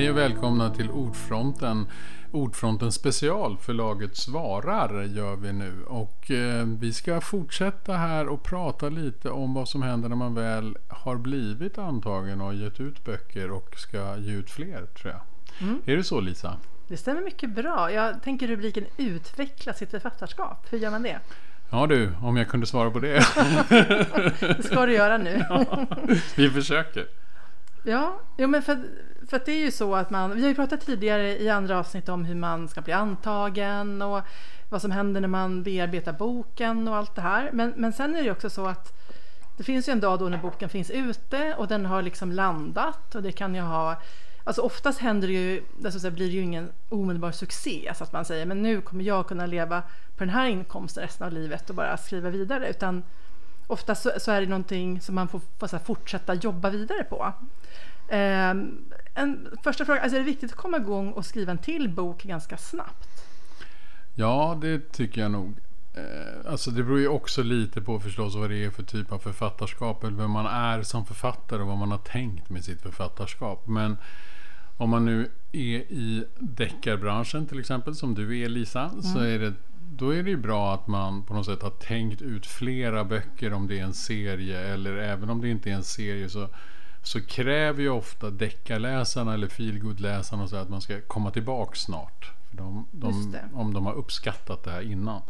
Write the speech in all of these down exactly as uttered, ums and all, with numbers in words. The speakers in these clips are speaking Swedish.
Hej och välkomna till Ordfronten. Ordfronten special, förlaget svarar gör vi nu. Och eh, vi ska fortsätta här och prata lite om vad som händer när man väl har blivit antagen och gett ut böcker och ska ge ut fler, tror jag. Mm. Är det så, Lisa? Det stämmer mycket bra. Jag tänker rubriken utveckla sitt författarskap. Hur gör man det? Ja du, om jag kunde svara på det. Det ska du göra nu. Ja, vi försöker. Ja, jo, men för, för att det är ju så att man, vi har ju pratat tidigare i andra avsnitt om hur man ska bli antagen och vad som händer när man bearbetar boken och allt det här. Men, men sen är det ju också så att det finns ju en dag då när boken finns ute och den har liksom landat, och det kan ju ha, alltså oftast händer det ju, alltså blir det ju ingen omedelbar succé så att man säger, men nu kommer jag kunna leva på den här inkomsten resten av livet och bara skriva vidare, utan ofta så, så är det någonting som man får, får så här, fortsätta jobba vidare på. Eh, en första fråga, alltså är det viktigt att komma igång och skriva en till bok ganska snabbt? Ja, det tycker jag nog. Eh, alltså det beror ju också lite på förstås vad det är för typ av författarskap eller vem man är som författare och vad man har tänkt med sitt författarskap. Men om man nu är i deckarbranschen till exempel, som du är, Lisa, mm. så är det då är det ju bra att man på något sätt har tänkt ut flera böcker om det är en serie, eller även om det inte är en serie så, så kräver ju ofta deckarläsarna eller feelgood-läsarna så att man ska komma tillbaka snart. För de, de, om de har uppskattat det här innan.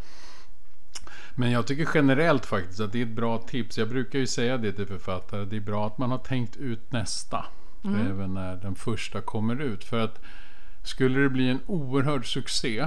Men jag tycker generellt faktiskt att det är ett bra tips. Jag brukar ju säga det till författare. Det är bra att man har tänkt ut nästa. Mm. Även när den första kommer ut. För att skulle det bli en oerhörd succé,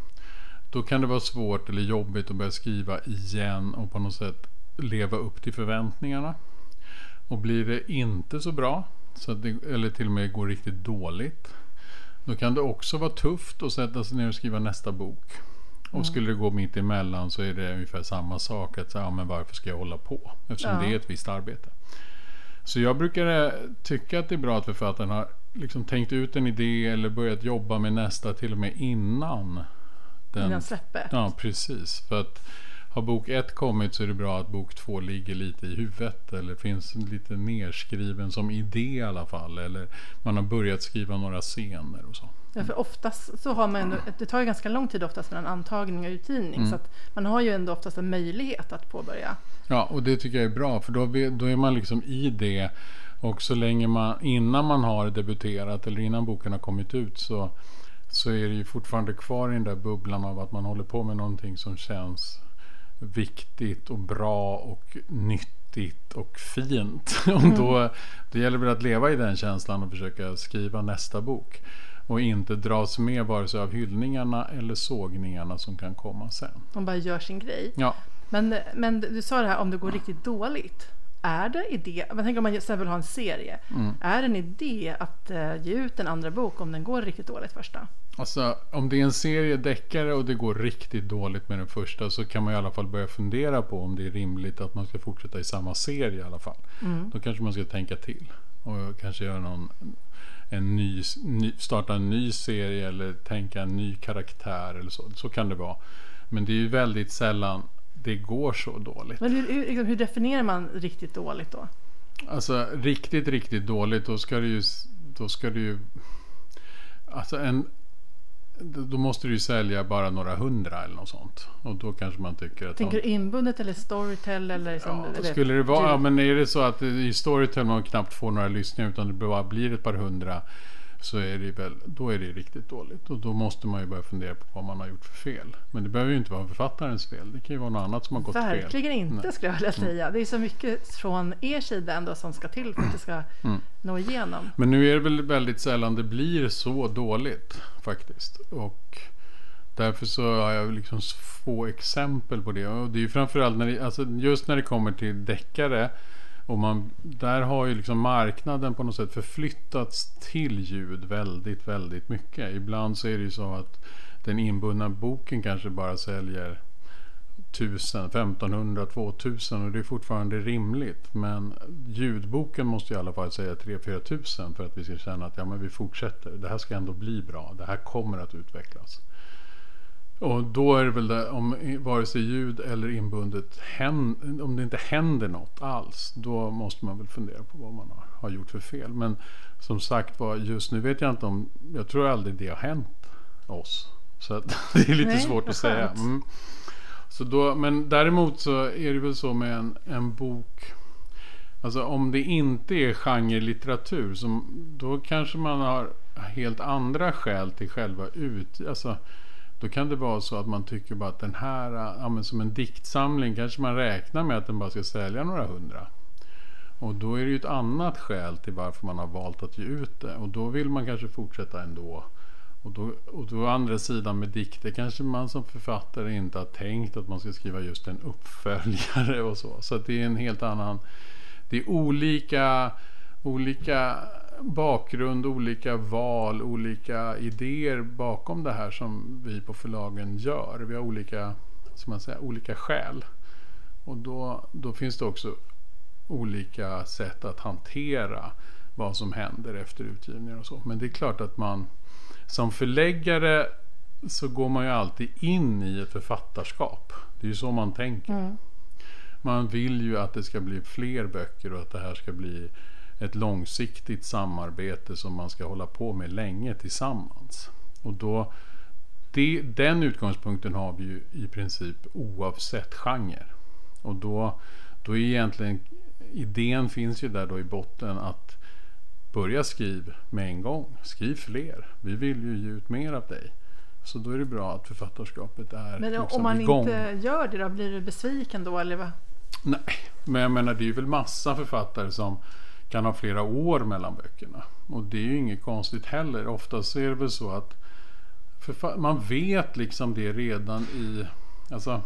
då kan det vara svårt eller jobbigt att börja skriva igen och på något sätt leva upp till förväntningarna. Och blir det inte så bra, så att det, eller till och med går riktigt dåligt, då kan det också vara tufft att sätta sig ner och skriva nästa bok. Mm. Och skulle det gå mitt emellan så är det ungefär samma sak. Att säga, ja, men varför ska jag hålla på? Eftersom ja. det är ett visst arbete. Så jag brukar tycka att det är bra att författaren har liksom tänkt ut en idé eller börjat jobba med nästa till och med innan den, innan släppet. Ja, precis. För att har bok ett kommit så är det bra att bok två ligger lite i huvudet eller finns lite nerskriven som idé i alla fall, eller man har börjat skriva några scener och så. Ja, för oftast så har man ändå, det tar ju ganska lång tid oftast mellan antagning och utgivning, mm. så att man har ju ändå oftast en möjlighet att påbörja. Ja, och det tycker jag är bra, för då, då är man liksom i det, och så länge man, innan man har debuterat eller innan boken har kommit ut så, så är det ju fortfarande kvar i den där bubblan av att man håller på med någonting som känns viktigt och bra och nyttigt och fint. Mm. Och då, det gäller väl att leva i den känslan och försöka skriva nästa bok. Och inte dras med vare sig av hyllningarna eller sågningarna som kan komma sen. Man bara gör sin grej. Ja. Men, men du sa det här om det går riktigt dåligt. Är det idé, man tänker om man istället vill ha en serie. Mm. Är det en idé att uh, ge ut en andra bok om den går riktigt dåligt första? Alltså om det är en serie deckare och det går riktigt dåligt med den första, så kan man i alla fall börja fundera på om det är rimligt att man ska fortsätta i samma serie i alla fall. Mm. Då kanske man ska tänka till och kanske göra någon en ny, ny, starta en ny serie eller tänka en ny karaktär eller så. Så kan det vara. Men det är ju väldigt sällan det går så dåligt. Men hur, hur, hur definierar man riktigt dåligt då? Alltså riktigt, riktigt dåligt, då ska det ju då ska det ju alltså en då måste du ju sälja bara några hundra eller något sånt. Och då kanske man tycker att... Tänker du inbundet eller Storytel? Eller liksom, ja, eller skulle det vara... Ja, men är det så att i Storytel man knappt får några lyssningar utan det bara blir ett par hundra, så är det väl, då är det riktigt dåligt. Och då måste man ju börja fundera på vad man har gjort för fel. Men det behöver ju inte vara författarens fel. Det kan ju vara något annat som har gått Verkligen fel. Verkligen inte, Nej. skulle jag vilja säga. Mm. Det är så mycket från er sida ändå som ska till för att det ska mm. nå igenom. Men nu är det väl väldigt sällan det blir så dåligt faktiskt. Och därför så har jag liksom få exempel på det. Och det är ju framförallt när det, alltså just när det kommer till deckare. Och man, där har ju liksom marknaden på något sätt förflyttats till ljud väldigt, väldigt mycket. Ibland så är det ju så att den inbundna boken kanske bara säljer tusen, femtonhundra, tvåtusen och det är fortfarande rimligt. Men ljudboken måste i alla fall säga tre till fyra tusen för att vi ska känna att ja, men vi fortsätter. Det här ska ändå bli bra. Det här kommer att utvecklas. Och då är det väl det, om vare sig ljud eller inbundet händer, om det inte händer något alls, då måste man väl fundera på vad man har, har gjort för fel. Men som sagt var, just nu vet jag inte om, jag tror aldrig det har hänt oss. Så att, det är lite Nej, svårt att säga. Mm. Så då, men däremot så är det väl så med en, en bok, alltså om det inte är genre-litteratur, som, då kanske man har helt andra skäl till själva ut, alltså då kan det vara så att man tycker bara att den här, ja, men som en diktsamling kanske man räknar med att den bara ska sälja några hundra. Och då är det ju ett annat skäl till varför man har valt att ge ut det. Och då vill man kanske fortsätta ändå. Och då, och då å andra sidan med dikter kanske man som författare inte har tänkt att man ska skriva just en uppföljare och så. Så att det är en helt annan, det är olika, olika bakgrund, olika val, olika idéer bakom det här som vi på förlagen gör. Vi har olika, som man säger, olika skäl. Och då, då finns det också olika sätt att hantera vad som händer efter utgivningar och så. Men det är klart att man som förläggare så går man ju alltid in i ett författarskap. Det är ju så man tänker. Mm. Man vill ju att det ska bli fler böcker och att det här ska bli ett långsiktigt samarbete som man ska hålla på med länge tillsammans. Och då, det, den utgångspunkten har vi ju i princip oavsett genre. Och då, då är egentligen idén finns ju där då i botten att börja skriva med en gång. Skriv fler. Vi vill ju ge ut mer av dig. Så då är det bra att författarskapet är Men liksom om man igång. inte gör det då, blir du besviken då eller vad? Nej, men jag menar det är ju väl massa författare som kan ha flera år mellan böckerna. Och det är ju inget konstigt heller. Oftast är det väl så att förfa- man vet liksom det redan i, alltså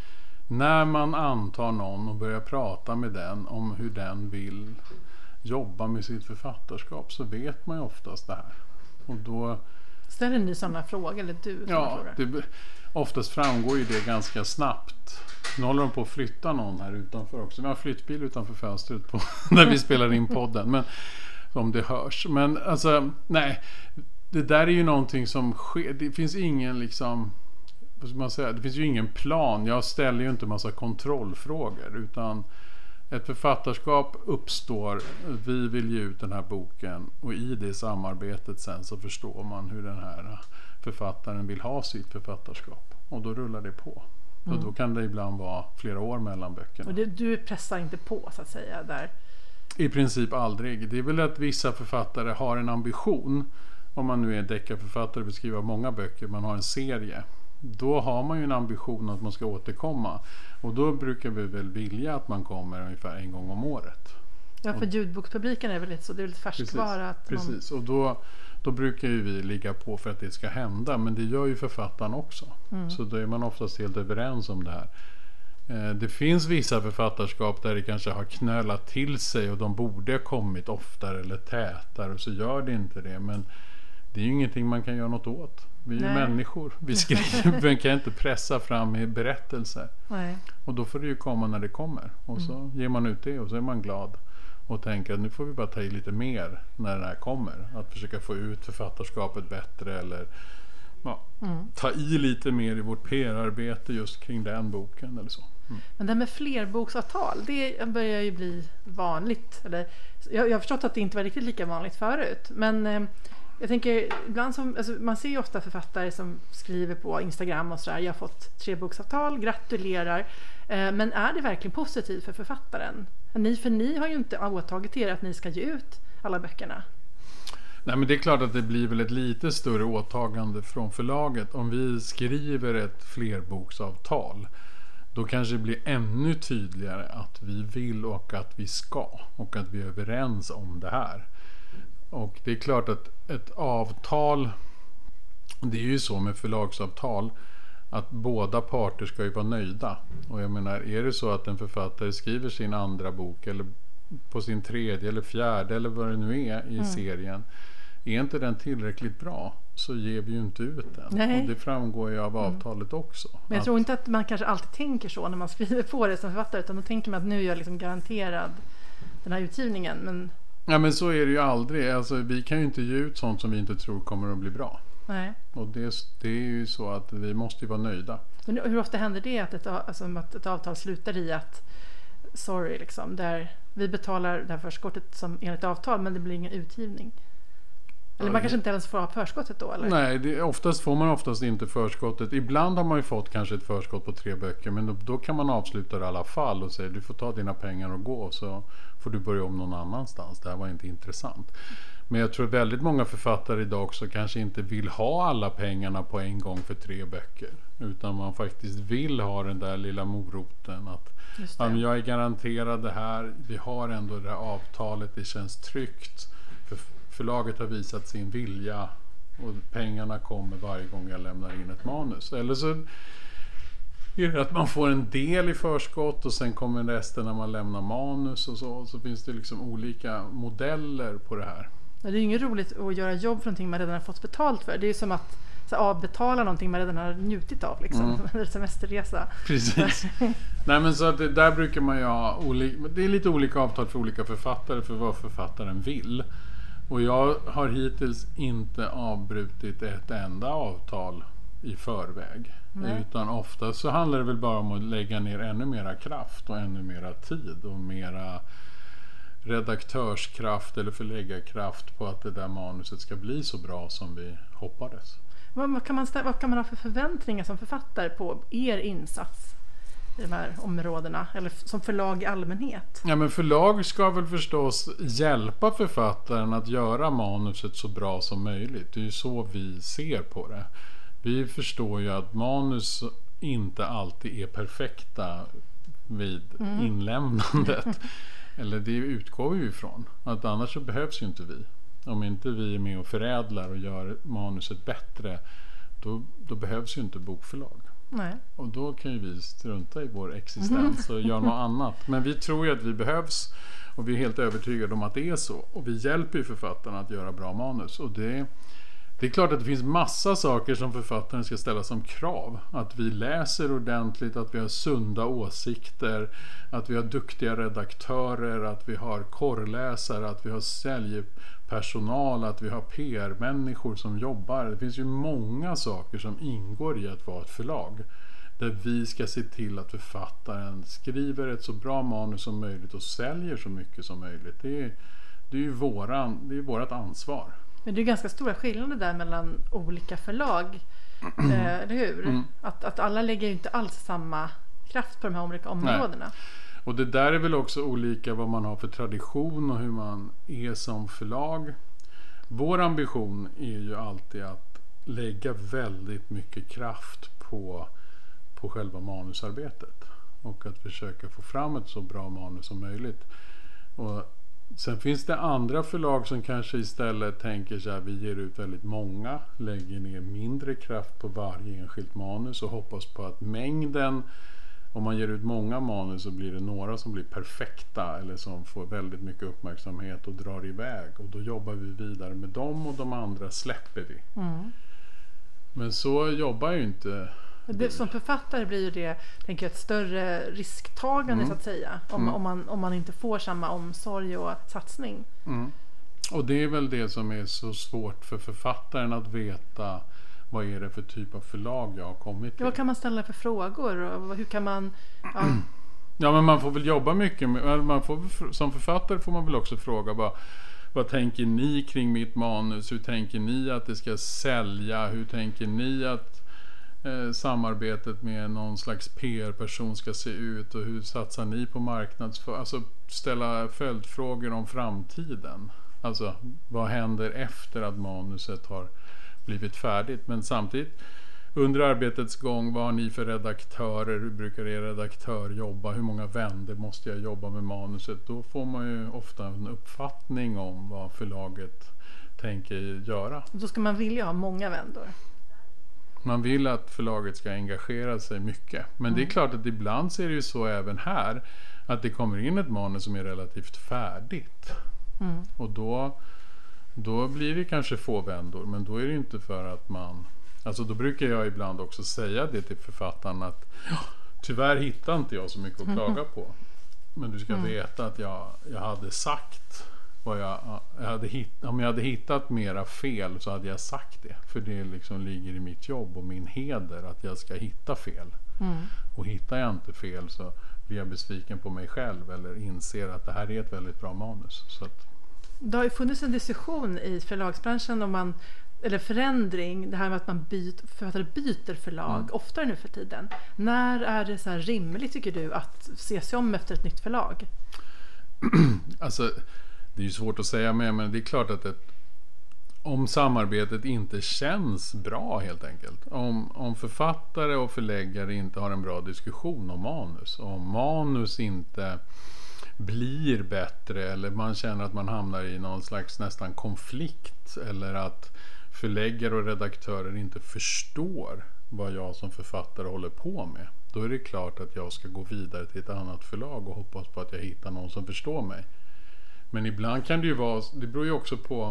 när man antar någon och börjar prata med den om hur den vill jobba med sitt författarskap, så vet man ju oftast det här. Och då ställer ni sådana frågor eller du? Ja, det, oftast framgår ju det ganska snabbt. Nu håller de på att flytta någon här utanför också. Vi har flyttbil utanför fönstret på, när vi spelar in podden. Men om det hörs. Men alltså, nej. Det där är ju någonting som sker. Det finns ingen liksom, vad ska man säga? Det finns ju ingen plan. Jag ställer ju inte massa kontrollfrågor. Utan ett författarskap uppstår. Vi vill ge ut den här boken. Och i det samarbetet sen så förstår man hur den här författaren vill ha sitt författarskap. Och då rullar det på. Mm. Och då kan det ibland vara flera år mellan böckerna. Och det, du pressar inte på så att säga där? I princip aldrig. Det är väl att vissa författare har en ambition. Om man nu är deckarförfattare och vill skriva många böcker, man har en serie. Då har man ju en ambition att man ska återkomma. Och då brukar vi väl vilja att man kommer ungefär en gång om året. Ja, för ljudbokspubliken är väl lite så. Det är lite färskvara. Precis, att precis. Och då, då brukar ju vi ligga på för att det ska hända. Men det gör ju författaren också. Mm. Så då är man oftast helt överens om det här. Eh, det finns vissa författarskap där det kanske har knölat till sig. Och de borde ha kommit oftare eller tätare. Och så gör det inte det. Men det är ju ingenting man kan göra något åt. Vi är ju människor. Vi skriver, vi kan inte pressa fram i berättelser. Nej. Och då får det ju komma när det kommer. Och så mm. ger man ut det och så är man glad. Och tänker att nu får vi bara ta i lite mer när det här kommer. Att försöka få ut författarskapet bättre. Eller ja, mm. ta i lite mer i vårt P R-arbete just kring den boken. Eller så. Mm. Men det med flerboksavtal, det börjar ju bli vanligt. Eller, jag, jag har förstått att det inte var riktigt lika vanligt förut. Men eh, jag tänker, ibland som, alltså, man ser ju ofta författare som skriver på Instagram och sådär. Jag har fått tre boksavtal, gratulerar. Eh, men är det verkligen positivt för författaren? Ni, för ni har ju inte åtagit er att ni ska ge ut alla böckerna. Nej, men det är klart att det blir väl ett lite större åtagande från förlaget. Om vi skriver ett flerboksavtal, då kanske det blir ännu tydligare att vi vill och att vi ska. Och att vi är överens om det här. Och det är klart att ett avtal, det är ju så med förlagsavtal, att båda parter ska ju vara nöjda. Och jag menar, är det så att en författare skriver sin andra bok eller på sin tredje eller fjärde eller vad det nu är i mm. serien, är inte den tillräckligt bra, så ger vi ju inte ut den. Nej. Och det framgår ju av avtalet mm. också. Men jag att, tror inte att man kanske alltid tänker så när man skriver på det som författare, utan då tänker man att nu är jag liksom garanterad den här utgivningen. Men ja, men så är det ju aldrig. Alltså, vi kan ju inte ge ut sånt som vi inte tror kommer att bli bra. Nej. Och det, det är ju så att vi måste ju vara nöjda. Men hur ofta händer det att ett, alltså, att ett avtal slutar i att sorry, liksom, där vi betalar det här förskottet som enligt avtal, men det blir ingen utgivning? Eller man kanske inte ens får ha förskottet då, eller? Nej, det, oftast får man oftast inte förskottet. Ibland har man ju fått kanske ett förskott på tre böcker, men då, då kan man avsluta det i alla fall och säga du får ta dina pengar och gå, så får du börja om någon annanstans. Det här var inte intressant. Men jag tror väldigt många författare idag också kanske inte vill ha alla pengarna på en gång för tre böcker, utan man faktiskt vill ha den där lilla moroten att ja, men jag är garanterad det här, vi har ändå det här avtalet, det känns tryggt. För förlaget har visat sin vilja och pengarna kommer varje gång jag lämnar in ett manus. Eller så är det att man får en del i förskott och sen kommer resten när man lämnar manus och så. Så finns det liksom olika modeller på det här. Det är ju inget roligt att göra jobb för någonting man redan har fått betalt för. Det är ju som att så, avbetala någonting man redan har njutit av, liksom. Mm. En semesterresa. Precis. Nej, men så att det, där brukar man ju ha olika, det är lite olika avtal för olika författare för vad författaren vill. Och jag har hittills inte avbrutit ett enda avtal i förväg. Nej. Utan ofta så handlar det väl bara om att lägga ner ännu mera kraft och ännu mera tid och mera redaktörskraft eller förläggarkraft på att det där manuset ska bli så bra som vi hoppades. Vad, vad, kan man, vad kan man ha för förväntningar som författare på er insats i de här områdena, eller som förlag i allmänhet? Ja, men förlag ska väl förstås hjälpa författaren att göra manuset så bra som möjligt. Det är ju så vi ser på det. Vi förstår ju att manus inte alltid är perfekta vid mm. inlämnandet. Eller det utgår vi ifrån. Att annars så behövs ju inte vi. Om inte vi är med och förädlar och gör manuset bättre, då, då behövs ju inte bokförlag. Nej. Och då kan ju vi strunta i vår existens och göra något annat. Men vi tror ju att vi behövs och vi är helt övertygade om att det är så. Och vi hjälper ju författarna att göra bra manus. Och det, det är klart att det finns massa saker som författaren ska ställa som krav. Att vi läser ordentligt, att vi har sunda åsikter, att vi har duktiga redaktörer, att vi har korrläsare, att vi har säljpersonal, att vi har P R-människor som jobbar. Det finns ju många saker som ingår i att vara ett förlag. Där vi ska se till att författaren skriver ett så bra manus som möjligt och säljer så mycket som möjligt. Det är, det är ju våran, det är vårat ansvar. Men det är ganska stora skillnader där mellan olika förlag, eh, eller hur? Mm. Att, att alla lägger ju inte alls samma kraft på de här olika områdena. Nej. Och det där är väl också olika vad man har för tradition och hur man är som förlag. Vår ambition är ju alltid att lägga väldigt mycket kraft på, på själva manusarbetet. Och att försöka få fram ett så bra manus som möjligt. Och sen finns det andra förlag som kanske istället tänker så här, vi ger ut väldigt många, lägger ner mindre kraft på varje enskilt manus och hoppas på att mängden, om man ger ut många manus så blir det några som blir perfekta eller som får väldigt mycket uppmärksamhet och drar iväg. Och då jobbar vi vidare med dem och de andra släpper vi. Mm. Men så jobbar ju inte... Det, som författare blir ju det, tänker jag, ett större risktagande mm. så att säga. Om, mm. om, man, om man inte får samma omsorg och satsning. Mm. Och det är väl det som är så svårt för författaren att veta. Vad är det för typ av förlag jag har kommit till? Ja, vad kan man ställa för frågor? Och hur kan man... Ja, ja men man får väl jobba mycket med, man får, som författare får man väl också fråga vad, vad tänker ni kring mitt manus? Hur tänker ni att det ska sälja? Hur tänker ni att Eh, samarbetet med någon slags P R-person ska se ut och hur satsar ni på marknadsför, alltså ställa följdfrågor om framtiden, alltså vad händer efter att manuset har blivit färdigt, men samtidigt under arbetets gång, vad har ni för redaktörer, hur brukar er redaktör jobba, hur många vändor måste jag jobba med manuset, då får man ju ofta en uppfattning om vad förlaget tänker göra. Då ska man vilja ha många vändor. Man vill att förlaget ska engagera sig mycket. Men mm. det är klart att ibland ser det ju så även här att det kommer in ett manus som är relativt färdigt. Mm. Och då, då blir det kanske få vändor. Men då är det inte för att man... Alltså då brukar jag ibland också säga det till författaren att tyvärr hittar inte jag så mycket att klaga på. Men du ska mm. veta att jag, jag hade sagt vad jag, jag hade hitt, om jag hade hittat mera fel så hade jag sagt det. För det liksom ligger i mitt jobb och min heder att jag ska hitta fel. Mm. Och hittar jag inte fel så blir jag besviken på mig själv eller inser att det här är ett väldigt bra manus. Så att... Det har ju funnits en diskussion i förlagsbranschen om man, eller förändring, det här med att man byter, författare byter förlag mm. oftare nu för tiden. När är det så här rimligt, tycker du, att se sig om efter ett nytt förlag? Alltså, det är ju svårt att säga med, men det är klart att ett, om samarbetet inte känns bra helt enkelt. Om, om författare och förläggare inte har en bra diskussion om manus. Om manus inte blir bättre eller man känner att man hamnar i någon slags nästan konflikt eller att förläggare och redaktörer inte förstår vad jag som författare håller på med. Då är det klart att jag ska gå vidare till ett annat förlag och hoppas på att jag hittar någon som förstår mig. Men ibland kan det ju vara, det beror ju också på,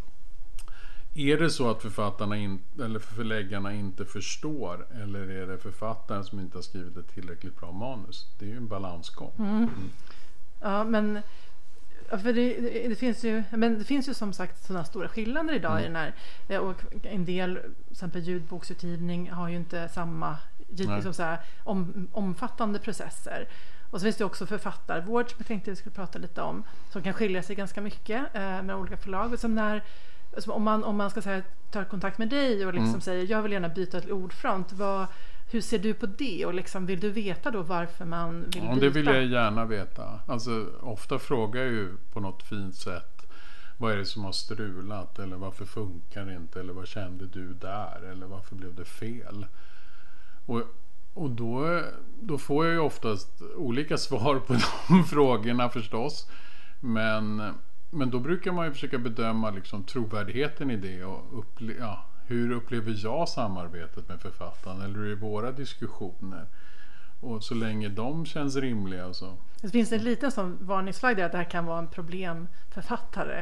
är det så att författarna in, eller förläggarna inte förstår eller är det författaren som inte har skrivit ett tillräckligt bra manus? Det är ju en balansgång. Mm. Mm. Ja, men för det, det, det finns ju men det finns ju som sagt sådana stora skillnader idag mm. i den här, och en del till exempel ljudboksutgivning har ju inte samma liksom så här, om, omfattande processer. Och så finns det också författarvård som jag tänkte vi skulle prata lite om, som kan skilja sig ganska mycket eh, med olika förlag. Och som när, som om, man, om man ska säga, ta kontakt med dig och liksom mm. säger jag vill gärna byta till Ordfront, vad, hur ser du på det? Och liksom, vill du veta då varför man vill byta? Ja, det vill jag gärna veta. Alltså, ofta frågar jag ju på något fint sätt, vad är det som har strulat? Eller varför funkar det inte? Eller vad kände du där? Eller varför blev det fel? Och, och då, då får jag ju oftast olika svar på de frågorna förstås. Men, men då brukar man ju försöka bedöma liksom trovärdigheten i det och upple- ja, hur upplever jag samarbetet med författaren eller hur är våra diskussioner. Och så länge de känns rimliga så. Det finns en liten sån varningsflagg där att det här kan vara en problemförfattare.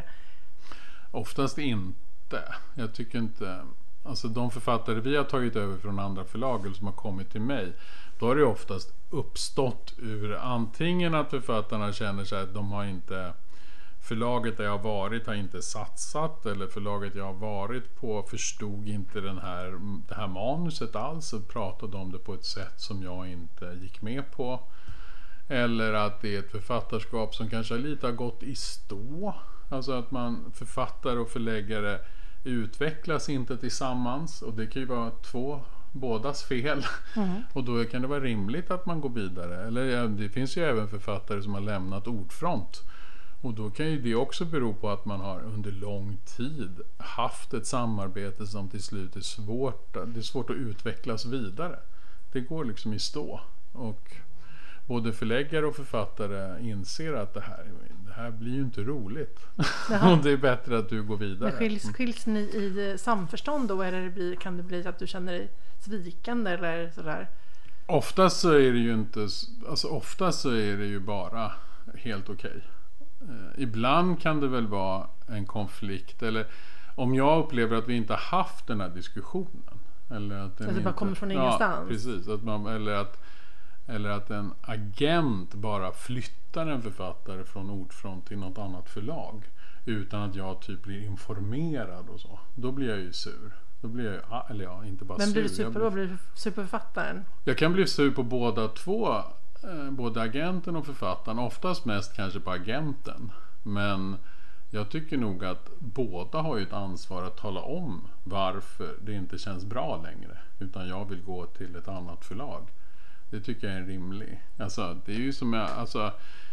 Oftast inte. Jag tycker inte. Alltså de författare vi har tagit över från andra förlag eller som har kommit till mig, då har det oftast uppstått ur antingen att författarna känner sig att de har inte, förlaget där jag har varit har inte satsat, eller förlaget jag har varit på förstod inte den här, det här manuset alls och pratade om det på ett sätt som jag inte gick med på. Eller att det är ett författarskap som kanske lite har gått i stå. Alltså att man, författare och förläggare utvecklas inte tillsammans, och det kan ju vara två bådas fel. Mm. Och då kan det vara rimligt att man går vidare. Eller ja, det finns ju även författare som har lämnat Ordfront. Och då kan ju det också bero på att man har under lång tid haft ett samarbete som till slut är svårt, det är svårt att utvecklas vidare. Det går liksom i stå. Och både förläggare och författare inser att det här, det här blir ju inte roligt. Och det är bättre att du går vidare. Men skiljs, skiljs ni i samförstånd då, eller blir, kan det bli att du känner dig svikande eller sådär? Oftast så är det ju inte, alltså oftast så är det ju bara helt okej. Okay. Eh, ibland kan det väl vara en konflikt, eller om jag upplever att vi inte haft den här diskussionen, eller att den alltså inte, bara kommer från ingenstans. Ja, precis, att man, eller att eller att en agent bara flyttar en författare från Ordfront till något annat förlag utan att jag typ blir informerad och så. Då blir jag ju sur. Då blir jag ju, eller ja, inte bara Men sur. Men blir du sur på, blir, då blir du sur på författaren? Jag kan bli sur på båda två. Eh, både agenten och författaren. Oftast mest kanske på agenten. Men jag tycker nog att båda har ju ett ansvar att tala om varför det inte känns bra längre. Utan jag vill gå till ett annat förlag. Det tycker jag är rimlig. Alltså, det är ju som jag, alltså,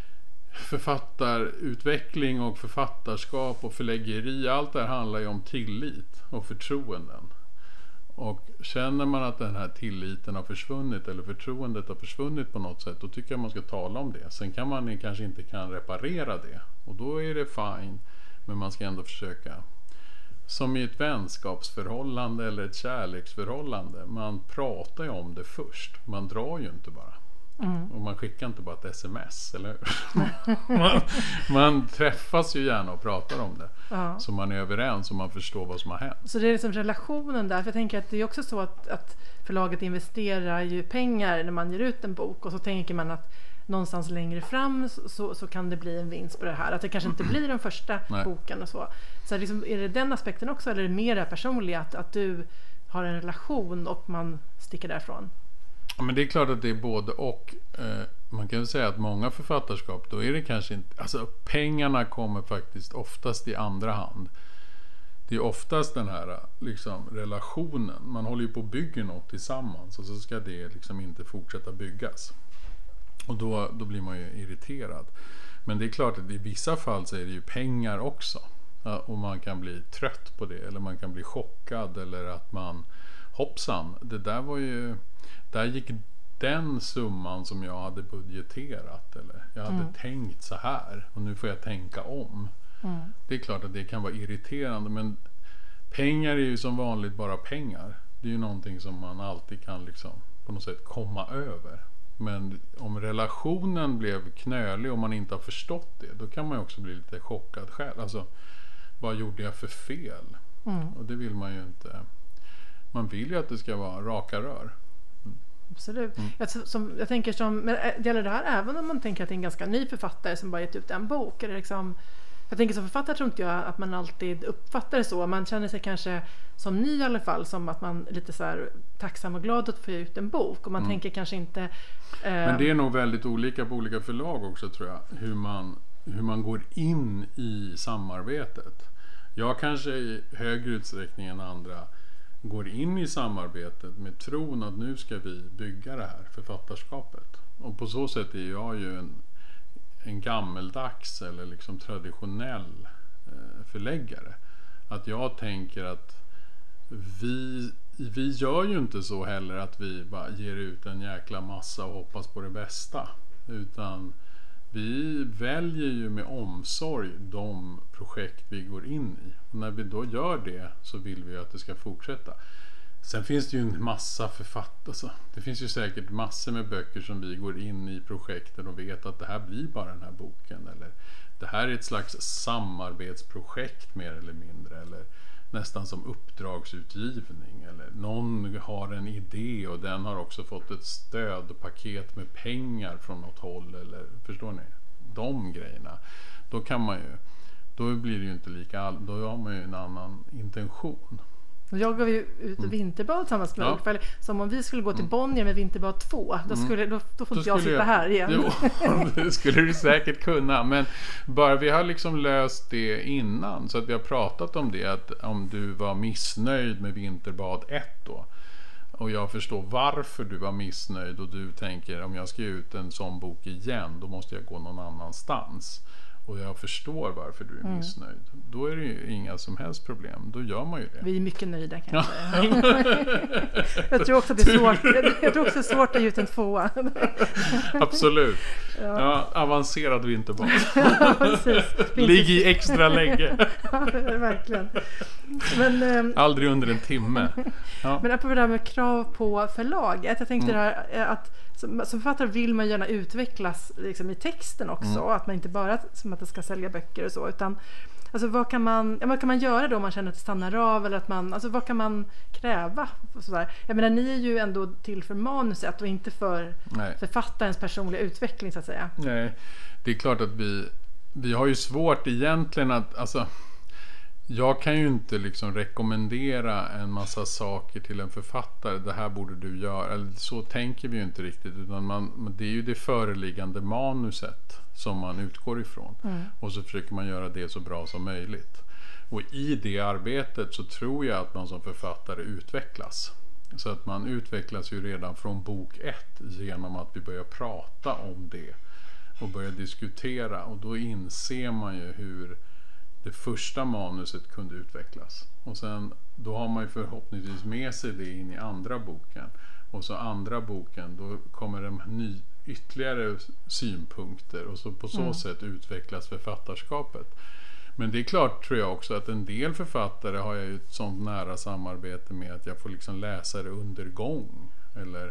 författarutveckling och författarskap och förläggeri, allt det här handlar ju om tillit och förtroenden. Och känner man att den här tilliten har försvunnit eller förtroendet har försvunnit på något sätt, då tycker jag man ska tala om det. Sen kan man kanske inte kan reparera det, och då är det fine, men man ska ändå försöka. Som i ett vänskapsförhållande eller ett kärleksförhållande. Man pratar ju om det först. Man drar ju inte bara. Mm. Och man skickar inte bara ett sms, eller hur? man, man träffas ju gärna och pratar om det. Ja. Så man är överens och man förstår vad som har hänt. Så det är liksom relationen där. För jag tänker att det är också så att, att förlaget investerar ju pengar när man ger ut en bok. Och så tänker man att någonstans längre fram så, så kan det bli en vinst på det här. Att det kanske inte blir den första Nej. boken och så. Så liksom, är det den aspekten också, eller är det mer det personliga? Att, att du har en relation och man sticker därifrån? Ja, men det är klart att det är både och. Eh, man kan ju säga att många författarskap, då är det kanske inte... Alltså pengarna kommer faktiskt oftast i andra hand. Det är oftast den här liksom, relationen. Man håller ju på att bygga något tillsammans och så ska det liksom inte fortsätta byggas. Och då, då blir man ju irriterad. Men det är klart att i vissa fall så är det ju pengar också. Ja, och man kan bli trött på det. Eller man kan bli chockad. Eller att man... Hoppsan, det där var ju... Där gick den summan som jag hade budgeterat. Eller jag hade Mm. tänkt så här. Och nu får jag tänka om. Mm. Det är klart att det kan vara irriterande. Men pengar är ju som vanligt bara pengar. Det är ju någonting som man alltid kan liksom på något sätt komma över. Men om relationen blev knölig och man inte har förstått det, då kan man ju också bli lite chockad själv. Alltså, vad gjorde jag för fel? Mm. Och det vill man ju inte. Man vill ju att det ska vara raka rör. Absolut. Mm. Jag, som, jag tänker som, men gäller det här även om man tänker att det är en ganska ny författare som bara gett ut en bok? Eller liksom, jag tänker som författare tror inte jag att man alltid uppfattar det så. Man känner sig kanske som ny i alla fall som att man är lite så här tacksam och glad att få ut en bok. Och man Mm. tänker kanske inte... Eh, Men det är nog väldigt olika på olika förlag också, tror jag. Hur man, hur man går in i samarbetet. Jag kanske i högre utsträckning än andra går in i samarbetet med tron att nu ska vi bygga det här författarskapet. Och på så sätt är jag ju en, en gammeldags eller liksom traditionell eh, förläggare. Att jag tänker att vi, vi gör ju inte så heller att vi bara ger ut en jäkla massa och hoppas på det bästa. Utan vi väljer ju med omsorg de projekt vi går in i. Och när vi då gör det så vill vi att det ska fortsätta. Sen finns det ju en massa författare. Alltså, det finns ju säkert massor med böcker som vi går in i projekten och vet att det här blir bara den här boken. Eller det här är ett slags samarbetsprojekt mer eller mindre. Eller nästan som uppdragsutgivning. Eller någon har en idé och den har också fått ett stödpaket med pengar från något håll. Eller förstår ni? De grejerna. Då kan man ju, då blir det ju inte lika all, då har man ju en annan intention. Jag gav ju ut Mm. Vinterbad tillsammans med Ja. Ulf. Eller, som om vi skulle gå till Mm. Bonnier med Vinterbad två. Då, skulle, då, då får Då inte jag skulle sitta här igen. Jo, det skulle du säkert kunna. Men bara vi har liksom löst det innan. Så att vi har pratat om det. Att om du var missnöjd med Vinterbad ett då. Och jag förstår varför du var missnöjd. Och du tänker om jag ska ge ut en sån bok igen. Då måste jag gå någon annanstans. Och jag förstår varför du är Mm. missnöjd. Då är det ju inga som helst problem. Då gör man ju det. Vi är mycket nöjda kan jag säga. jag tror också att det är svårt. Jag tror också det är svårt att ge ut en tvåa. Absolut. Ja. Ja, avancerad Vinterbad. Ja, precis. Ligg i extra lägge. Ja, verkligen. Men, ehm, Aldrig under en timme. Ja. men apropå det här med krav på förlaget. Jag tänkte Mm. det här eh, att som, som författare vill man gärna utvecklas liksom, i texten också. Mm. Att man inte bara som att det ska sälja böcker och så. Utan alltså, vad, kan man, ja, vad kan man göra då om man känner att det stannar av? Eller att man, alltså, vad kan man kräva? Och så där. Jag menar, ni är ju ändå till för manuset och inte för Nej. författarens personliga utveckling så att säga. Nej, det är klart att vi vi har ju svårt egentligen att alltså, jag kan ju inte liksom rekommendera en massa saker till en författare. Det här borde du göra. Eller så tänker vi ju inte riktigt. Utan man, det är ju det föreliggande manuset som man utgår ifrån. Mm. Och så försöker man göra det så bra som möjligt. Och i det arbetet så tror jag att man som författare utvecklas. Så att man utvecklas ju redan från bok ett genom att vi börjar prata om det. Och börjar diskutera. Och då inser man ju hur det första manuset kunde utvecklas. Och sen då har man ju förhoppningsvis med sig det in i andra boken. Och så andra boken, då kommer det ny, ytterligare synpunkter. Och så på så Mm. sätt utvecklas författarskapet. Men det är klart tror jag också att en del författare har jag ju ett sånt nära samarbete med att jag får liksom läsa det under gång. Eller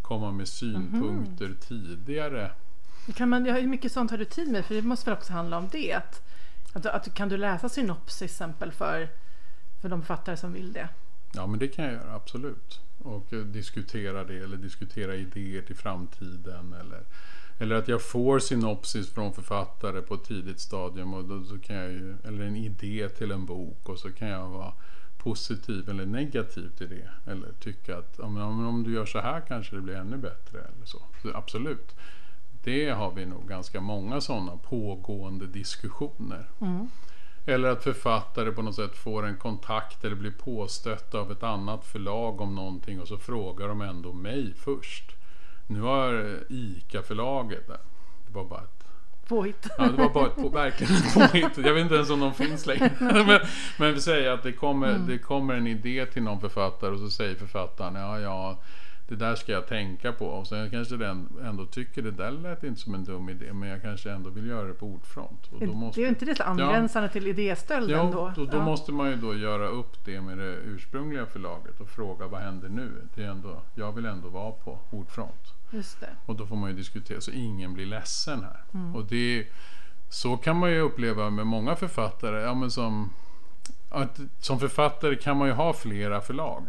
komma med synpunkter mm. tidigare. Kan man, hur mycket sånt har du tid med? För det måste väl också handla om det. Att, att, att, kan du läsa synopsis till exempel för, för de författare som vill det? Ja, men det kan jag göra, absolut. Och uh, diskutera det eller diskutera idéer till framtiden. Eller, eller att jag får synopsis från författare på ett tidigt stadium. Och då, så kan jag ju, eller en idé till en bok, och så kan jag vara positiv eller negativ till det. Eller tycka att om, om du gör så här kanske det blir ännu bättre. Eller så. Så absolut. Det har vi nog ganska många sådana pågående diskussioner. Mm. Eller att författare på något sätt får en kontakt eller blir påstött av ett annat förlag om någonting, och så frågar de ändå mig först. Nu har ICA-förlaget där. Det var bara ett påhitt. Ja, det var bara ett på, verkligen ett påhitt. Jag vet inte ens om de finns längre. men, men vi säger att det kommer, mm. det kommer en idé till någon författare, och så säger författaren ja, ja, det där ska jag tänka på. Och sen kanske den ändå tycker det där lät inte som en dum idé, men jag kanske ändå vill göra det på ordfront. Och då måste, det är ju inte det angränsande ja, till idéstölden ja, då. då, då ja. måste man ju då göra upp det med det ursprungliga förlaget och fråga vad händer nu? Det är ändå, jag vill ändå vara på ordfront. Just det. Och då får man ju diskutera så ingen blir ledsen här. Mm. Och det, så kan man ju uppleva med många författare. Ja, men som, att, som författare kan man ju ha flera förlag.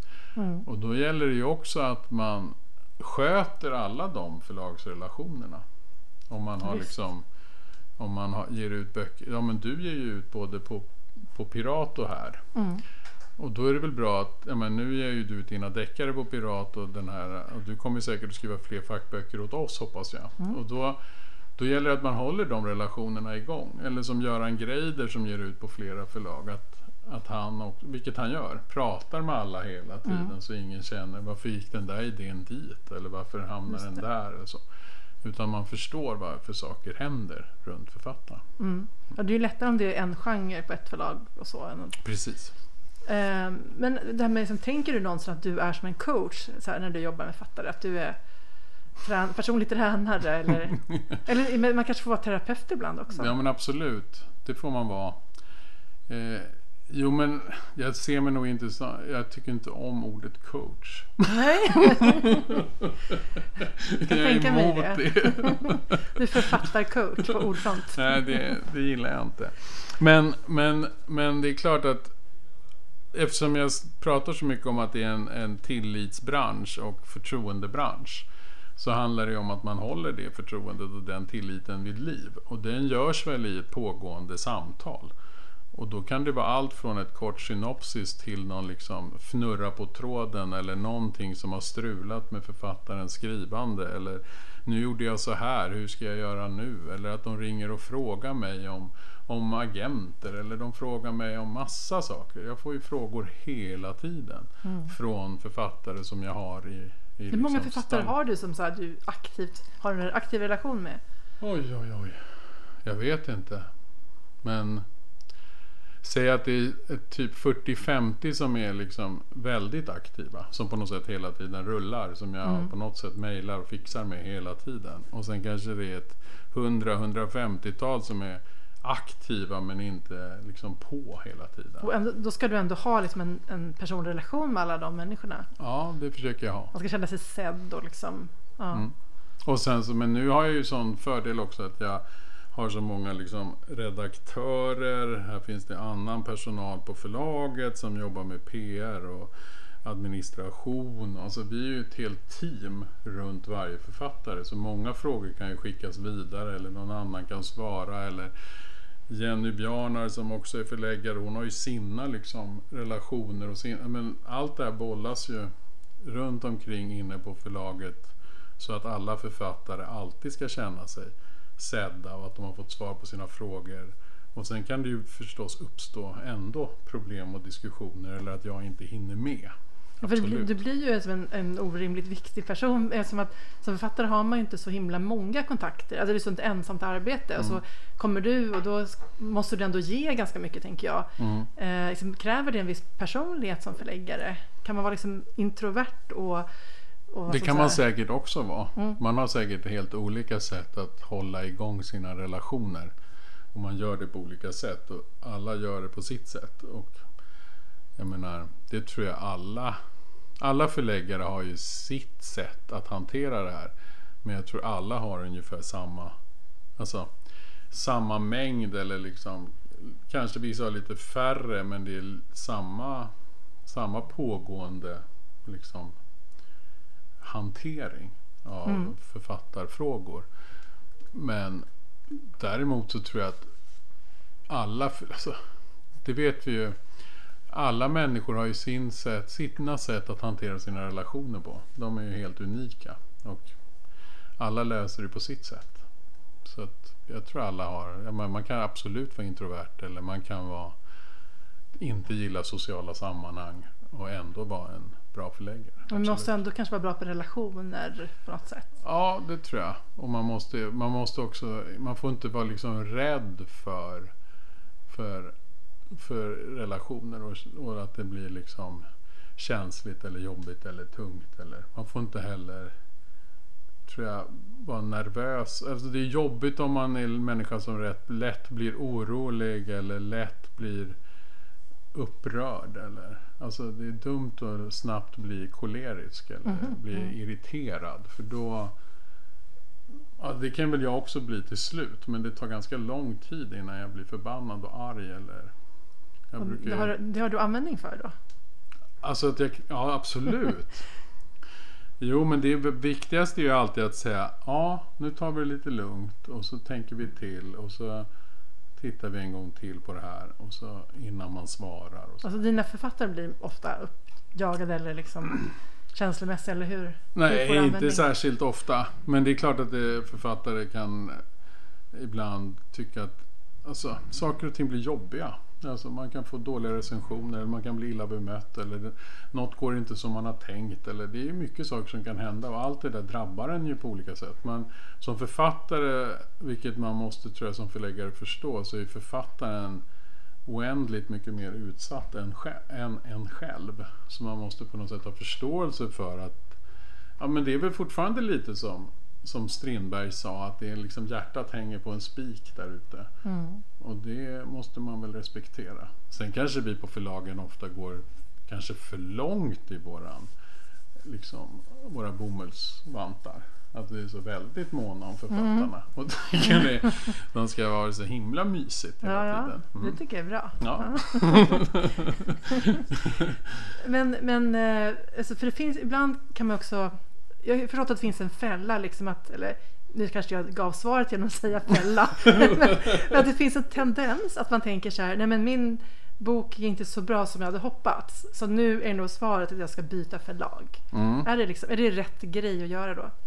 Mm. Och då gäller det ju också att man sköter alla de förlagsrelationerna. Om man har Visst. liksom om man har, ger ut böcker. Ja, men du ger ju ut både på, på Pirat och här. Mm. Och då är det väl bra att ja, men nu ger ju du ut dina deckare på Pirat, och den här, och du kommer säkert att skriva fler fackböcker åt oss, hoppas jag. Mm. Och då, då gäller det att man håller de relationerna igång. Eller som Göran Greider som ger ut på flera förlag, att att han, och, vilket han gör, pratar med alla hela tiden, mm. så ingen känner varför gick den där idén dit eller varför hamnar den där eller så. Utan man förstår varför saker händer runt författaren. Mm. Ja, det är ju lättare om det är en genre på ett förlag och så. Precis. Eh, men det här med, liksom, tänker du någonstans att du är som en coach så här, när du jobbar med författare, att du är trän- personlig tränare eller, eller man kanske får vara terapeut ibland också? Ja, men absolut. Det får man vara. Eh, Jo, men jag ser mig nog inte så, jag tycker inte om ordet coach. Nej. jag kan jag tänka mig det. det. Du författar coach på ordfront. Nej, det, det gillar jag inte. Men, men, men det är klart att eftersom jag pratar så mycket om att det är en, en tillitsbransch och förtroendebransch, så handlar det om att man håller det förtroendet och den tilliten vid liv. Och den görs väl i ett pågående samtal. Och då kan det vara allt från ett kort synopsis till någon liksom fnurra på tråden eller någonting som har strulat med författarens skrivande, eller nu gjorde jag så här, hur ska jag göra nu? Eller att de ringer och frågar mig om, om agenter, eller de frågar mig om massa saker. Jag får ju frågor hela tiden mm. från författare som jag har i, i Hur liksom många författare stam- har du som så här, du aktivt har en aktiv relation med? Oj, oj, oj. Jag vet inte. Men säg att det är typ fyrtio femtio som är liksom väldigt aktiva, som på något sätt hela tiden rullar, som jag mm. på något sätt mejlar och fixar med hela tiden. Och sen kanske det är ett hundra till hundrafemtio-tal som är aktiva men inte liksom på hela tiden. Och ändå, då ska du ändå ha liksom en, en personrelation med alla de människorna. Ja, det försöker jag ha. Man ska känna sig sedd och liksom ja. Mm. Och sen så, men nu har jag ju sån fördel också att jag har så många liksom redaktörer. Här finns det annan personal på förlaget som jobbar med P R och administration. Alltså vi är ju ett helt team runt varje författare. Så många frågor kan ju skickas vidare eller någon annan kan svara. Eller Jenny Bjarnar som också är förläggare, hon har ju sina liksom relationer. Och sin, men allt det här bollas ju runt omkring inne på förlaget så att alla författare alltid ska känna sig sedda och att de har fått svar på sina frågor. Och sen kan det ju förstås uppstå ändå problem och diskussioner eller att jag inte hinner med. Ja, för du, blir, du blir ju som en, en orimligt viktig person. Som, att, som författare har man ju inte så himla många kontakter. Alltså det är så ett ensamt arbete. Mm. Och så kommer du och då måste du ändå ge ganska mycket, tänker jag. Mm. Eh, liksom, kräver det en viss personlighet som förläggare? Kan man vara liksom introvert och det kan man säkert också vara. Mm. Man har säkert helt olika sätt att hålla igång sina relationer. Och man gör det på olika sätt. Och alla gör det på sitt sätt. Och jag menar, det tror jag alla alla förläggare har ju sitt sätt att hantera det här. Men jag tror alla har ungefär samma, alltså samma mängd, eller liksom kanske vissa har lite färre, men det är samma, samma pågående liksom hantering av mm. författarfrågor. Men däremot så tror jag att alla, alltså, det vet vi ju, alla människor har ju sin sätt, sina sätt att hantera sina relationer på. De är ju helt unika och alla löser det på sitt sätt. Så att jag tror alla har, man kan absolut vara introvert, eller man kan vara, inte gilla sociala sammanhang och ändå vara en bra förläggare. Man måste ändå kanske vara bra på relationer på något sätt. Ja, det tror jag. Och man måste, man måste också, man får inte vara liksom rädd för för, för relationer och, och att det blir liksom känsligt eller jobbigt eller tungt, eller man får inte heller, tror jag, vara nervös. Alltså det är jobbigt om man är en människa som rätt lätt blir orolig eller lätt blir upprörd, eller alltså det är dumt att snabbt bli kolerisk eller mm-hmm. bli mm. irriterad, för då, ja, det kan väl jag också bli till slut, men det tar ganska lång tid innan jag blir förbannad och arg, eller jag och brukar, det, har, det har du användning för då? Alltså att jag, ja absolut. Jo, men det viktigaste är ju alltid att säga, ja, nu tar vi det lite lugnt och så tänker vi till och så tittar vi en gång till på det här, och så innan man svarar. Och så. Alltså dina författare blir ofta uppjagade eller liksom känslomässiga, eller hur? Nej, hur inte särskilt ofta. Men det är klart att det, författare kan ibland tycka att alltså, saker och ting blir jobbiga. Alltså, man kan få dåliga recensioner, eller man kan bli illa bemött, eller det, något går inte som man har tänkt, eller det är mycket saker som kan hända, och allt det där drabbar en ju på olika sätt. Men som författare, vilket man måste, tror jag, som förläggare förstå, så är författaren oändligt mycket mer utsatt än, än, än själv. Så man måste på något sätt ha förståelse för att, ja, men det är väl fortfarande lite som som Strindberg sa, att det är liksom hjärtat hänger på en spik där ute. Mm. Och det måste man väl respektera. Sen kanske vi på förlagen ofta går kanske för långt i våran, liksom, våra bomullsvantar. Att vi är så väldigt måna om författarna. Mm. Och tycker det, de ska vara så himla mysigt hela ja, tiden. Mm. Det tycker jag är bra. Ja. men, men alltså, för det finns, ibland kan man också, jag har förstått att det finns en fälla liksom att, eller nu kanske jag gav svaret genom att säga fälla, men, men att det finns en tendens att man tänker så här, nej men min bok är inte så bra som jag hade hoppats, så nu är nog svaret att jag ska byta förlag. Mm. Är det liksom, är det rätt grej att göra då?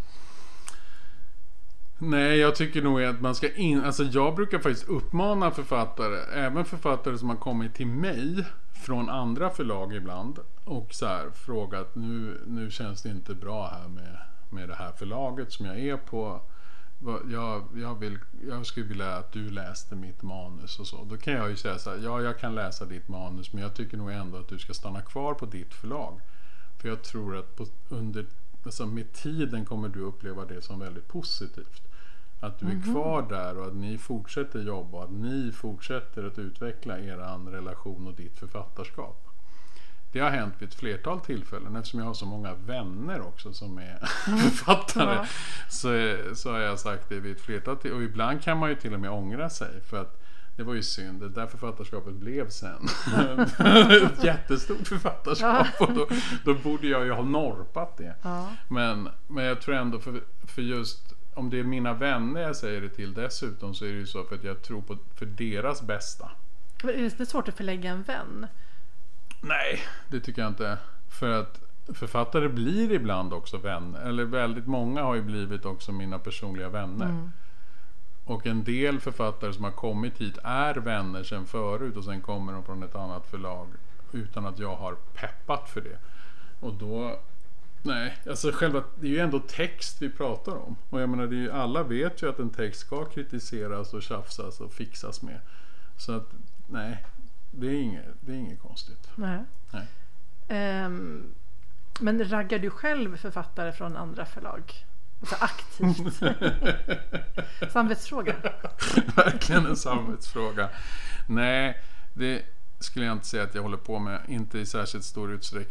Nej, jag tycker nog att man ska in, alltså jag brukar faktiskt uppmana författare, även författare som har kommit till mig från andra förlag ibland, och så här frågat, nu, nu känns det inte bra här med, med det här förlaget som jag är på. Jag, jag, vill, jag skulle vilja att du läste mitt manus och så. Då kan jag ju säga så här, ja, jag kan läsa ditt manus, men jag tycker nog ändå att du ska stanna kvar på ditt förlag. För jag tror att på, under, alltså med tiden kommer du uppleva det som väldigt positivt. Att du är mm-hmm. kvar där, och att ni fortsätter jobba, och att ni fortsätter att utveckla er relation och ditt författarskap. Det har hänt vid ett flertal tillfällen, eftersom jag har så många vänner också som är mm. författare. Ja. Så, så har jag sagt det vid ett flertal tillfällen. Och ibland kan man ju till och med ångra sig, för att det var ju synd, det där författarskapet blev sen ett jättestort författarskap, ja. Och då, då borde jag ju ha norpat det. Ja. Men, men jag tror ändå för, för just om det är mina vänner jag säger det till dessutom, så är det ju så för att jag tror på för deras bästa. Men är det svårt att förlägga en vän? Nej, det tycker jag inte. För att författare blir ibland också vänner. Eller väldigt många har ju blivit också mina personliga vänner. Mm. Och en del författare som har kommit hit är vänner sedan förut, och sen kommer de från ett annat förlag utan att jag har peppat för det. Och då, nej, alltså själva, det är ju ändå text vi pratar om. Och jag menar, det är ju, alla vet ju att en text ska kritiseras och tjafsas och fixas med. Så att, nej, det är inget, det är inget konstigt. Nej. Nej. Um, men raggar du själv författare från andra förlag? Alltså aktivt. Samvetsfråga. Verkligen en samvetsfråga. Nej, det skulle jag inte säga att jag håller på med. Inte i särskilt stor utsträckning.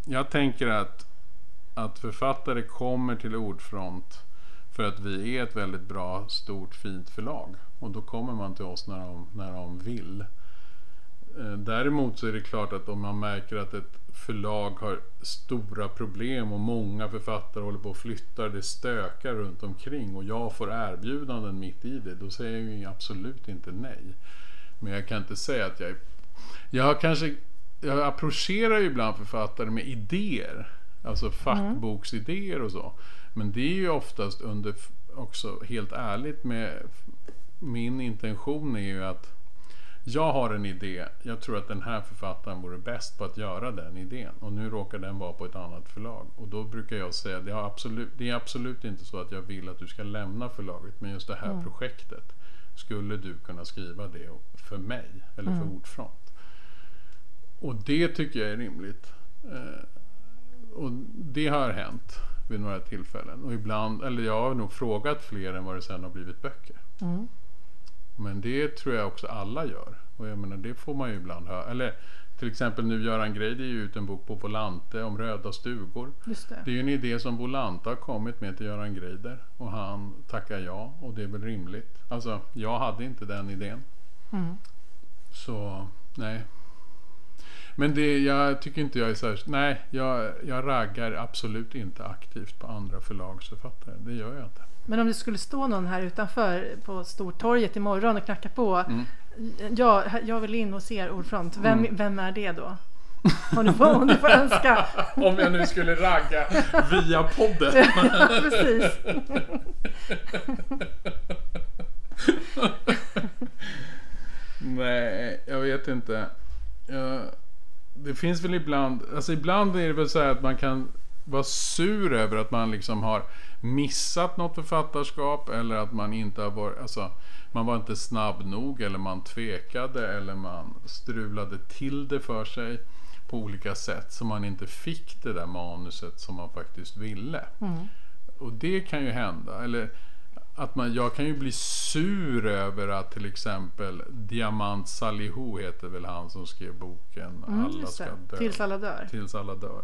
jag tänker att, att författare kommer till Ordfront för att vi är ett väldigt bra, stort, fint förlag. Och då kommer man till oss när de, när de vill. Däremot så är det klart att om man märker att ett förlag har stora problem och många författare håller på och flyttar, det stökar runt omkring och jag får erbjudanden mitt i det, då säger jag ju absolut inte nej. Men jag kan inte säga att jag är... Jag har kanske... Jag approcherar ju ibland författare med idéer, alltså fackboksidéer och så. Men det är ju oftast under, också helt ärligt med, min intention är ju att jag har en idé, jag tror att den här författaren vore bäst på att göra den idén. Och nu råkar den vara på ett annat förlag. Och då brukar jag säga, det, har absolut, det är absolut inte så att jag vill att du ska lämna förlaget. Men just det här mm. projektet, skulle du kunna skriva det för mig eller för mm. Ordfront? Och det tycker jag är rimligt. Eh, och det har hänt vid några tillfällen. Och ibland, eller jag har nog frågat fler än vad det sen har blivit böcker. Mm. Men det tror jag också alla gör. Och jag menar, det får man ju ibland höra. Eller till exempel nu Göran Greider ger ut en bok på Volante om röda stugor. Just det. Det är ju en idé som Volante har kommit med till Göran Greider. Och han tackar ja. Och det är väl rimligt. Alltså, jag hade inte den idén. Mm. Så, nej. Men det, jag tycker inte jag är så här, nej, jag, jag raggar absolut inte aktivt på andra förlagsförfattare. Det gör jag inte. Men om det skulle stå någon här utanför på Stortorget imorgon och knacka på, mm. ja, jag vill in och se Ordfront. Vem, mm. vem är det då? Om du får, om du får önska. Om jag nu skulle ragga via podden. Ja, precis. Nej, jag vet inte. Jag, det finns väl ibland, alltså ibland är det väl så här att man kan vara sur över att man liksom har missat något författarskap, eller att man inte har varit, alltså man var inte snabb nog, eller man tvekade, eller man strulade till det för sig på olika sätt så man inte fick det där manuset som man faktiskt ville. Mm. Och det kan ju hända, eller att man, jag kan ju bli sur över att till exempel Diamant Salihu heter väl han som skrev boken mm, Alla ska dö. Tills alla dör. Tills alla dör.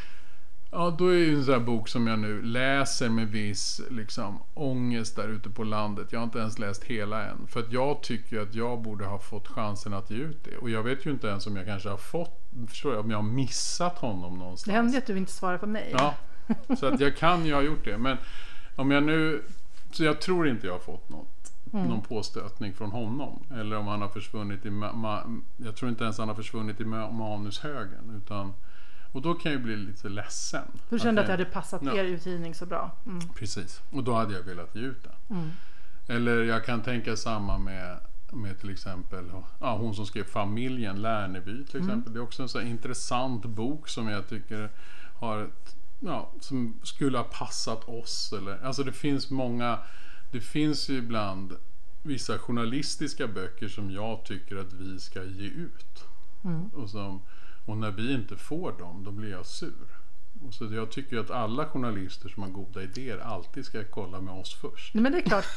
Ja, då är det en sån här bok som jag nu läser med viss liksom ångest där ute på landet. Jag har inte ens läst hela än. För att jag tycker att jag borde ha fått chansen att ge ut det. Och jag vet ju inte ens om jag kanske har fått, förstår jag, om jag har missat honom någonstans. Det hände att du inte svarade på mig. Ja, så att jag kan ju ha gjort det. Men om jag nu, så jag tror inte jag har fått något, mm. någon påstötning från honom. Eller om han har försvunnit i, ma- ma- jag tror inte ens han har försvunnit i ma- manushögen, utan... Och då kan jag bli lite ledsen. Du kände att, att det hade passat ja. er utgivning så bra. Mm. Precis. Och då hade jag velat ge ut den. Mm. Eller jag kan tänka samma med, med till exempel ja, hon som skrev Familjen, Lärneby till exempel. Mm. Det är också en så intressant bok som jag tycker har ett, ja, som skulle ha passat oss. Eller, alltså det finns många, det finns ju ibland vissa journalistiska böcker som jag tycker att vi ska ge ut. Mm. Och som Och när vi inte får dem, då blir jag sur. Och så jag tycker att alla journalister som har goda idéer alltid ska kolla med oss först. Nej, men det är klart.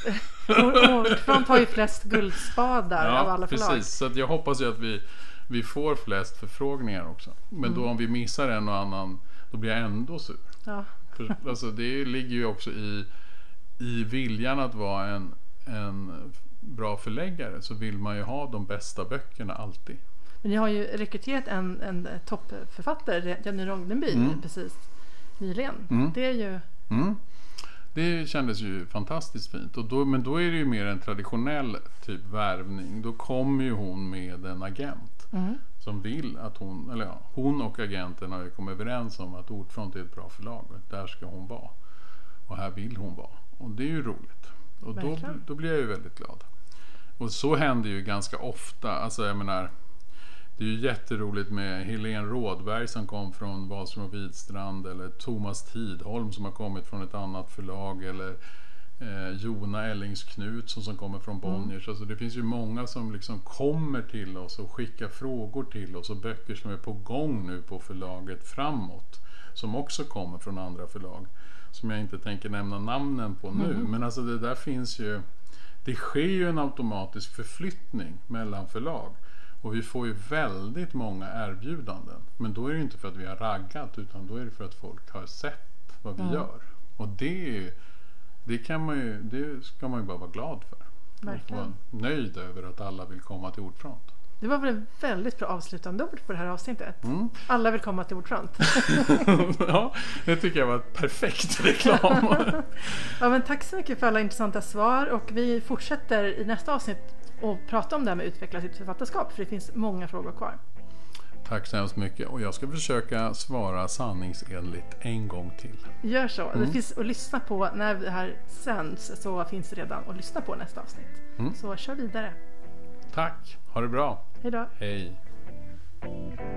Ordfront har ju flest guldspadar ja, av alla förlag. Precis. Så att jag hoppas ju att vi, vi får flest förfrågningar också. Men mm. då om vi missar en och annan, då blir jag ändå sur. Ja. För, alltså, det ligger ju också i, i viljan att vara en, en bra förläggare. Så vill man ju ha de bästa böckerna alltid. Men ni har ju rekryterat en, en toppförfattare, Jenny Rogneby, mm. precis nyligen. Mm. Det är ju... Mm. Det kändes ju fantastiskt fint. Och då, men då är det ju mer en traditionell typ värvning. Då kommer ju hon med en agent mm. som vill att hon, eller ja, hon och agenten har ju kommit överens om att Ordfront är ett bra förlag. Där ska hon vara. Och här vill hon vara. Och det är ju roligt. Och då, då blir jag ju väldigt glad. Och så händer ju ganska ofta. Alltså jag menar... Det är ju jätteroligt med Helene Rådberg som kom från Wahlström och Widstrand, eller Thomas Tidholm som har kommit från ett annat förlag, eller eh, Jona Ellingsknutsson som kommer från Bonniers. Mm. Alltså det finns ju många som liksom kommer till oss och skickar frågor till oss, och böcker som är på gång nu på förlaget framåt som också kommer från andra förlag som jag inte tänker nämna namnen på nu. Mm. Men alltså det där finns ju, det sker ju en automatisk förflyttning mellan förlag. Och vi får ju väldigt många erbjudanden. Men då är det inte för att vi har raggat, utan då är det för att folk har sett vad vi mm. gör. Och det, det, kan man ju, det ska man ju bara vara glad för. Verkligen. Och vara nöjd över att alla vill komma till Ordfront. Det var väl ett väldigt bra avslutande ord på det här avsnittet. Mm. Alla vill komma till Ordfront. Ja, det tycker jag var ett perfekt reklam. Ja, men tack så mycket för alla intressanta svar. Och vi fortsätter i nästa avsnitt och prata om det här med att utveckla sitt författarskap. För det finns många frågor kvar. Tack så hemskt mycket. Och jag ska försöka svara sanningsenligt en gång till. Gör så. Mm. Det finns att lyssna på när det här sänds, så finns det redan att lyssna på nästa avsnitt. Mm. Så kör vidare. Tack. Ha det bra. Hej då. Hej.